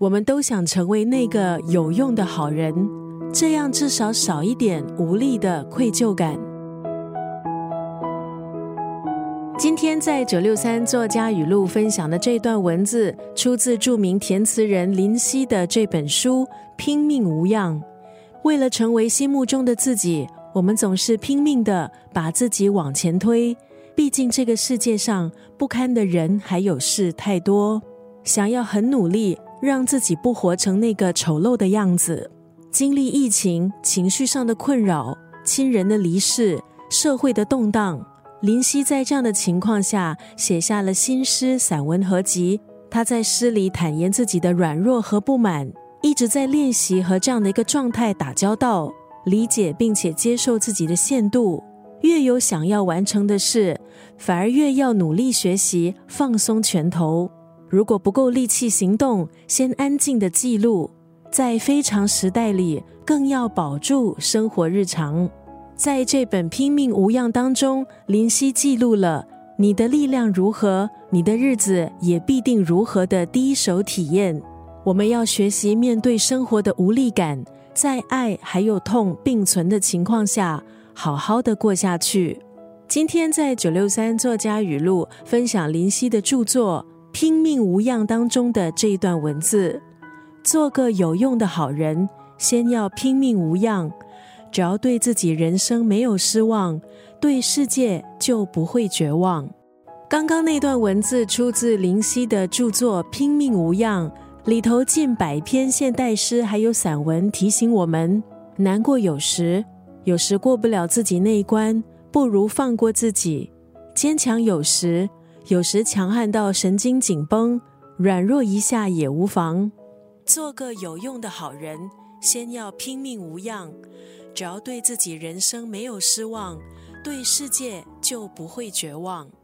我们都想成为那个有用的好人，这样至少少一点无力的愧疚感。今天在963作家语录分享的这段文字，出自著名填词人林夕的这本书《拼命无恙》。为了成为心目中的自己，我们总是拼命地把自己往前推，毕竟这个世界上不堪的人还有事太多，想要很努力让自己不活成那个丑陋的样子。经历疫情、情绪上的困扰、亲人的离世、社会的动荡，林夕在这样的情况下写下了新诗散文合集。他在诗里坦言自己的软弱和不满，一直在练习和这样的一个状态打交道，理解并且接受自己的限度。越有想要完成的事，反而越要努力学习，放松拳头。如果不够力气行动，先安静的记录。在非常时代里，更要保住生活日常。在这本拼命无恙当中，林夕记录了你的力量如何，你的日子也必定如何的第一手体验。我们要学习面对生活的无力感，在爱还有痛并存的情况下，好好的过下去。今天在963作家语录分享林夕的著作《拼命无恙》当中的这一段文字：做个有用的好人，先要拼命无恙。只要对自己人生没有失望，对世界就不会绝望。刚刚那段文字出自林夕的著作《拼命无恙》，里头近100篇现代诗还有散文，提醒我们，难过有时过不了自己那一关，不如放过自己；坚强有时强悍到神经紧绷，软弱一下也无妨。做个有用的好人，先要拼命无恙。只要对自己人生没有失望，对世界就不会绝望。